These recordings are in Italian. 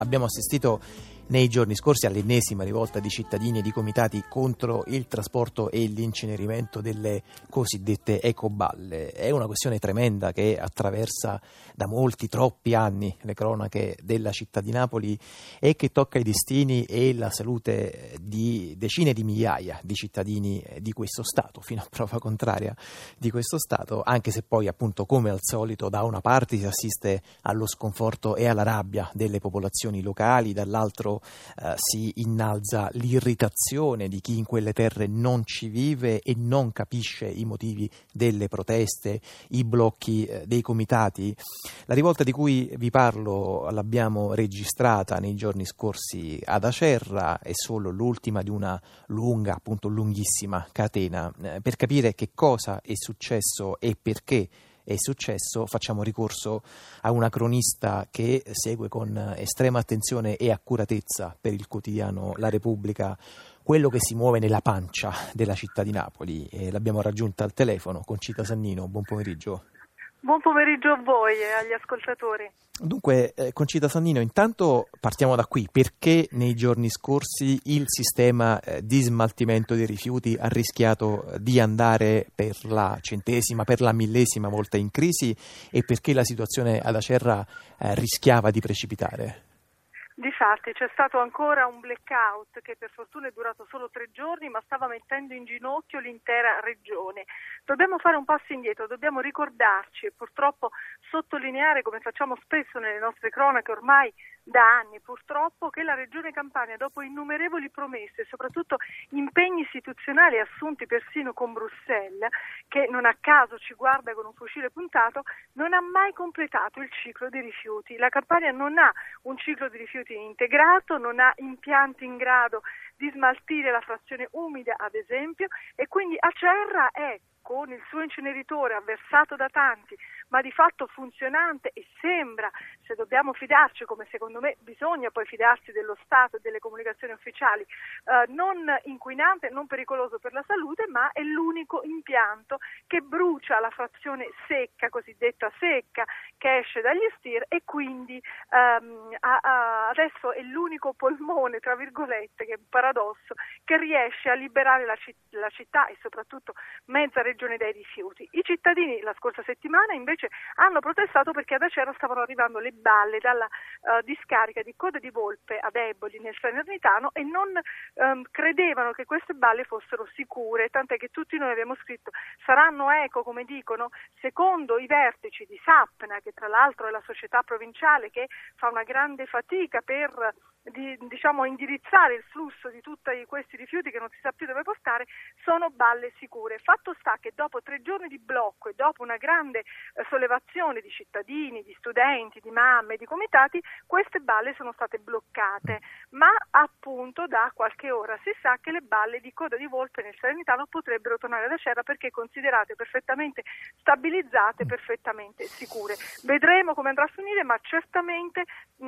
Abbiamo assistito nei giorni scorsi all'ennesima rivolta di cittadini e di comitati contro il trasporto e l'incenerimento delle cosiddette ecoballe. È una questione tremenda che attraversa da troppi anni le cronache della città di Napoli e che tocca i destini e la salute di decine di migliaia di cittadini di questo Stato, fino a prova contraria di questo Stato, anche se poi appunto come al solito da una parte si assiste allo sconforto e alla rabbia delle popolazioni locali, dall'altro si innalza l'irritazione di chi in quelle terre non ci vive e non capisce i motivi delle proteste, i blocchi dei comitati. La rivolta di cui vi parlo l'abbiamo registrata nei giorni scorsi ad Acerra, è solo l'ultima di una lunghissima catena. Per capire che cosa è successo e perché è successo, facciamo ricorso a una cronista che segue con estrema attenzione e accuratezza per il quotidiano La Repubblica quello che si muove nella pancia della città di Napoli. L'abbiamo raggiunta al telefono. Concita Sannino, buon pomeriggio. Buon pomeriggio a voi e agli ascoltatori. Dunque, Concita Sannino, intanto partiamo da qui. Perché nei giorni scorsi il sistema di smaltimento dei rifiuti ha rischiato di andare per la 100ª, per la 1000ª volta in crisi, e perché la situazione ad Acerra rischiava di precipitare? Difatti c'è stato ancora un blackout che per fortuna è durato solo 3 giorni, ma stava mettendo in ginocchio l'intera regione. Dobbiamo fare un passo indietro, dobbiamo ricordarci e purtroppo sottolineare, come facciamo spesso nelle nostre cronache ormai da anni purtroppo, che la Regione Campania, dopo innumerevoli promesse e soprattutto impegni istituzionali assunti persino con Bruxelles, che non a caso ci guarda con un fucile puntato, non ha mai completato il ciclo dei rifiuti. La Campania non ha un ciclo di rifiuti integrato, non ha impianti in grado di smaltire la frazione umida, ad esempio, e quindi Acerra è, con il suo inceneritore avversato da tanti, ma di fatto funzionante e sembra, se dobbiamo fidarci, come secondo me bisogna poi fidarsi dello Stato e delle comunicazioni ufficiali, non inquinante, non pericoloso per la salute, ma è l'unico impianto che brucia la frazione secca, cosiddetta secca, che esce dagli STIR, e quindi adesso è l'unico polmone, tra virgolette, che è un paradosso, che riesce a liberare la città e soprattutto mezza regione dai rifiuti. I cittadini la scorsa settimana invece hanno protestato perché ad Acerra stavano arrivando le balle dalla discarica di Coda di Volpe ad Eboli nel Salernitano e non credevano che queste balle fossero sicure, tant'è che tutti noi abbiamo scritto: saranno eco, come dicono? Secondo i vertici di Sapna, che tra l'altro è la società provinciale che fa una grande fatica per indirizzare il flusso di tutti questi rifiuti che non si sa più dove portare, sono balle sicure. Fatto sta che dopo 3 giorni di blocco e dopo una grande sollevazione di cittadini, di studenti, di mamme, di comitati, queste balle sono state bloccate, ma appunto da qualche ora si sa che le balle di Coda di Volpe nel Salernitano potrebbero tornare ad Acerra perché considerate perfettamente stabilizzate, perfettamente sicure. Vedremo come andrà a finire, ma certamente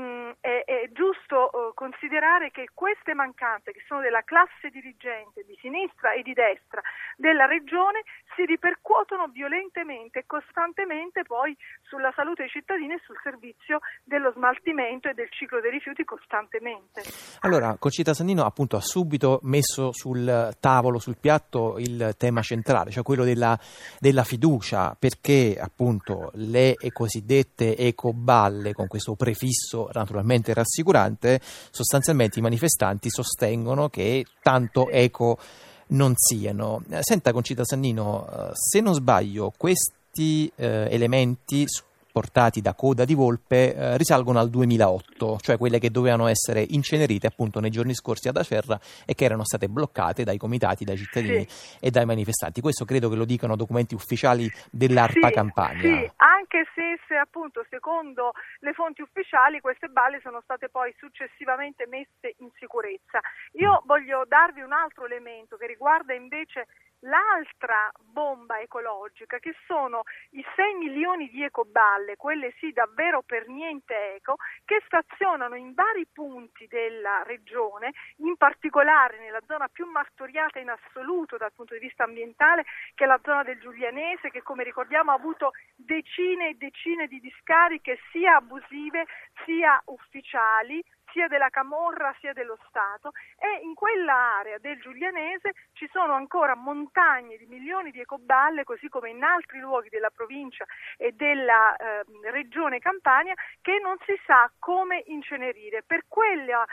è giusto considerare che queste mancanze, che sono della classe dirigente di sinistra e di destra della regione, si ripercuotono violentemente e costantemente poi sulla salute dei cittadini e sul servizio dello smaltimento e del ciclo dei rifiuti costantemente. Allora, Concita Sannino appunto ha subito messo sul tavolo, sul piatto, il tema centrale, cioè quello della fiducia, perché appunto le cosiddette ecoballe, con questo prefisso naturalmente rassicurante, sostanzialmente i manifestanti sostengono che tanto eco non siano. Senta, Concita Sannino, se non sbaglio questi elementi portati da Coda di Volpe risalgono al 2008, cioè quelle che dovevano essere incenerite appunto nei giorni scorsi ad Acerra e che erano state bloccate dai comitati, dai cittadini e dai manifestanti. Questo credo che lo dicano documenti ufficiali dell'ARPA Campania. Sì, anche se appunto secondo le fonti ufficiali queste balle sono state poi successivamente messe in sicurezza. Io voglio darvi un altro elemento che riguarda invece l'altra bomba ecologica, che sono i 6 milioni di ecoballe, quelle sì davvero per niente eco, che stazionano in vari punti della regione, in particolare nella zona più martoriata in assoluto dal punto di vista ambientale, che è la zona del Giulianese, che come ricordiamo ha avuto decine e decine di discariche sia abusive sia ufficiali, sia della camorra sia dello Stato, e in quella area del Giulianese ci sono ancora montagne di milioni di ecoballe, così come in altri luoghi della provincia e della regione Campania, che non si sa come incenerire. Per quella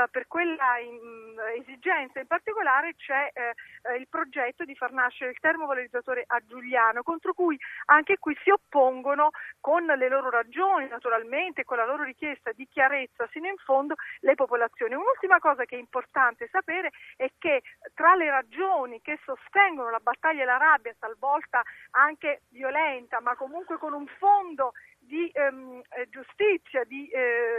esigenza in particolare c'è il progetto di far nascere il termovalorizzatore a Giugliano, contro cui anche qui si oppongono, con le loro ragioni naturalmente, con la loro richiesta di chiarezza sino in fondo, le popolazioni. Un'ultima cosa che è importante sapere è che tra le ragioni che sostengono la battaglia e la rabbia, talvolta anche violenta, ma comunque con un fondo di giustizia, di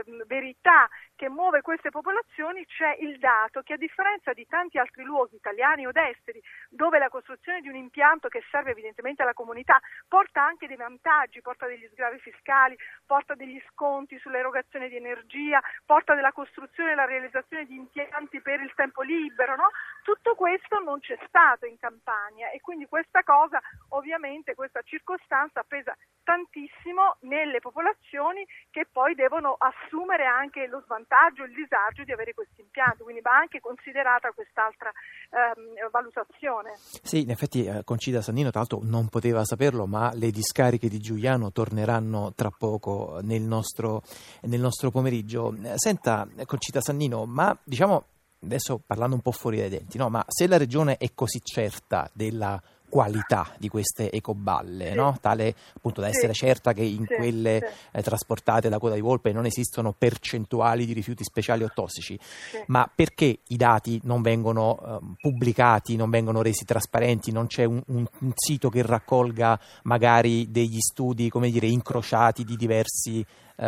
verità che muove queste popolazioni, c'è il dato che, a differenza di tanti altri luoghi italiani o esteri, dove la costruzione di un impianto che serve evidentemente alla comunità porta anche dei vantaggi, porta degli sgravi fiscali, porta degli sconti sull'erogazione di energia, porta della costruzione e la realizzazione di impianti per il tempo libero, no? Tutto questo non c'è stato in Campania, e quindi questa cosa, ovviamente, questa circostanza pesa tantissimo nelle popolazioni, che poi devono assumere anche lo svantaggio, il disagio di avere questo impianto, quindi va anche considerata quest'altra valutazione. Sì, in effetti Concita Sannino tra l'altro non poteva saperlo, ma le discariche di Giugliano torneranno tra poco nel nostro pomeriggio. Senta, Concita Sannino, ma diciamo, adesso parlando un po' fuori dai denti, no? Ma se la regione è così certa della qualità di queste ecoballe, sì, no? Tale appunto da essere certa che in quelle trasportate da Coda di Volpe non esistono percentuali di rifiuti speciali o tossici, ma perché i dati non vengono pubblicati, non vengono resi trasparenti, non c'è un sito che raccolga magari degli studi, come dire, incrociati di diversi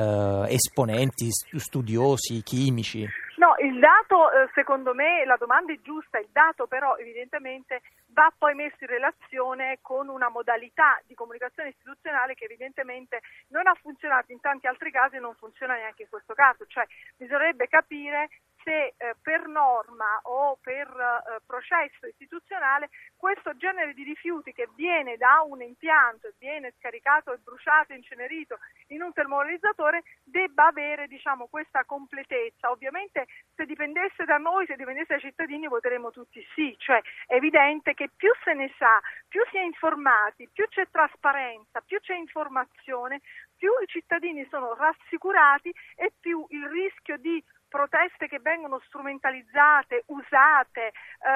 esponenti, studiosi, chimici? No, il dato, secondo me, la domanda è giusta, il dato però evidentemente va poi messo in relazione con una modalità di comunicazione istituzionale che evidentemente non ha funzionato in tanti altri casi e non funziona neanche in questo caso, cioè bisognerebbe capire se per norma o per processo istituzionale questo genere di rifiuti che viene da un impianto e viene scaricato e bruciato e incenerito in un termovalorizzatore debba avere, diciamo, questa completezza. Ovviamente se dipendesse da noi, se dipendesse dai cittadini, voteremo tutti sì, cioè è evidente che più se ne sa, più si è informati, più c'è trasparenza, più c'è informazione, più i cittadini sono rassicurati e più il rischio di proteste che vengono strumentalizzate, usate,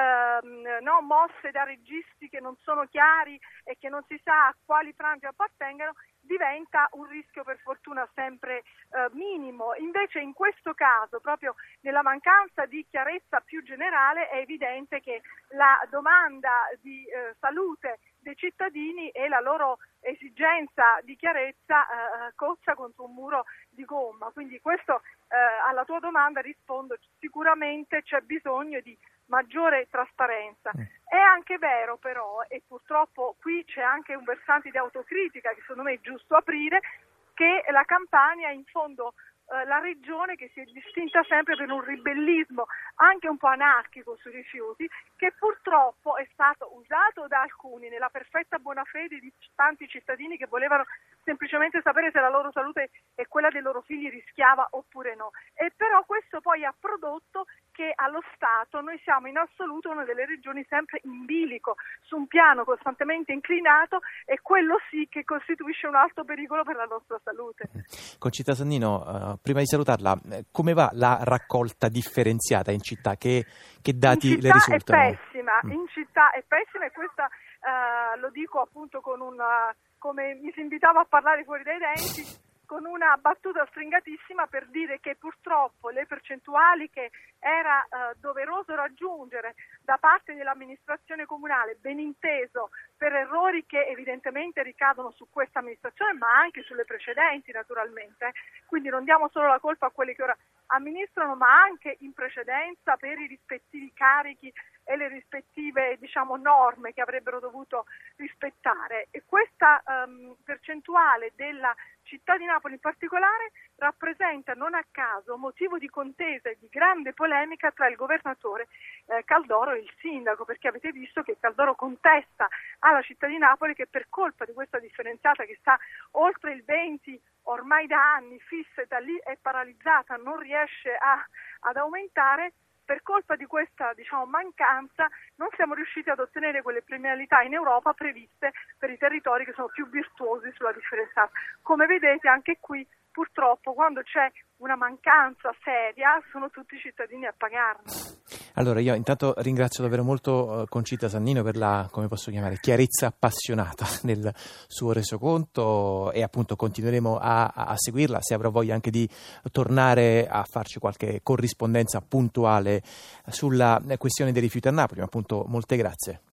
mosse da registi che non sono chiari e che non si sa a quali frange appartengano, diventa un rischio per fortuna sempre minimo. Invece in questo caso, proprio nella mancanza di chiarezza più generale, è evidente che la domanda di salute dei cittadini e la loro esigenza di chiarezza cozza contro un muro di gomma. Quindi questo, alla tua domanda rispondo: sicuramente c'è bisogno di maggiore trasparenza. È anche vero però, e purtroppo qui c'è anche un versante di autocritica che secondo me è giusto aprire, che la Campania in fondo la regione che si è distinta sempre per un ribellismo anche un po' anarchico sui rifiuti, che purtroppo è stato usato da alcuni nella perfetta buona fede di tanti cittadini che volevano semplicemente sapere se la loro salute e quella dei loro figli rischiava oppure no. E però questo poi ha prodotto che allo Stato noi siamo in assoluto una delle regioni sempre in bilico, su un piano costantemente inclinato, e quello sì che costituisce un alto pericolo per la nostra salute. Concita Sannino, prima di salutarla, come va la raccolta differenziata in città? Che dati le risultano? In città è pessima, e questa lo dico appunto con come mi si invitava a parlare fuori dai denti, con una battuta stringatissima per dire che purtroppo le percentuali che era doveroso raggiungere da parte dell'amministrazione comunale, ben inteso per errori che evidentemente ricadono su questa amministrazione ma anche sulle precedenti naturalmente, quindi non diamo solo la colpa a quelli che ora amministrano, ma anche in precedenza per i rispettivi carichi e le rispettive norme che avrebbero dovuto rispettare. E questa percentuale della città di Napoli in particolare rappresenta non a caso motivo di contesa e di grande polemica tra il governatore Caldoro e il sindaco, perché avete visto che Caldoro contesta alla città di Napoli che per colpa di questa differenziata che sta oltre il 20 ormai da anni fissa e da lì è paralizzata, non riesce ad aumentare. Per colpa di questa mancanza non siamo riusciti ad ottenere quelle premialità in Europa previste per i territori che sono più virtuosi sulla differenziata. Come vedete anche qui purtroppo quando c'è una mancanza seria sono tutti i cittadini a pagarne. Allora io intanto ringrazio davvero molto Concita Sannino per la, come posso chiamare, chiarezza appassionata nel suo resoconto, e appunto continueremo a seguirla, se avrò voglia anche di tornare a farci qualche corrispondenza puntuale sulla questione dei rifiuti a Napoli, ma appunto molte grazie.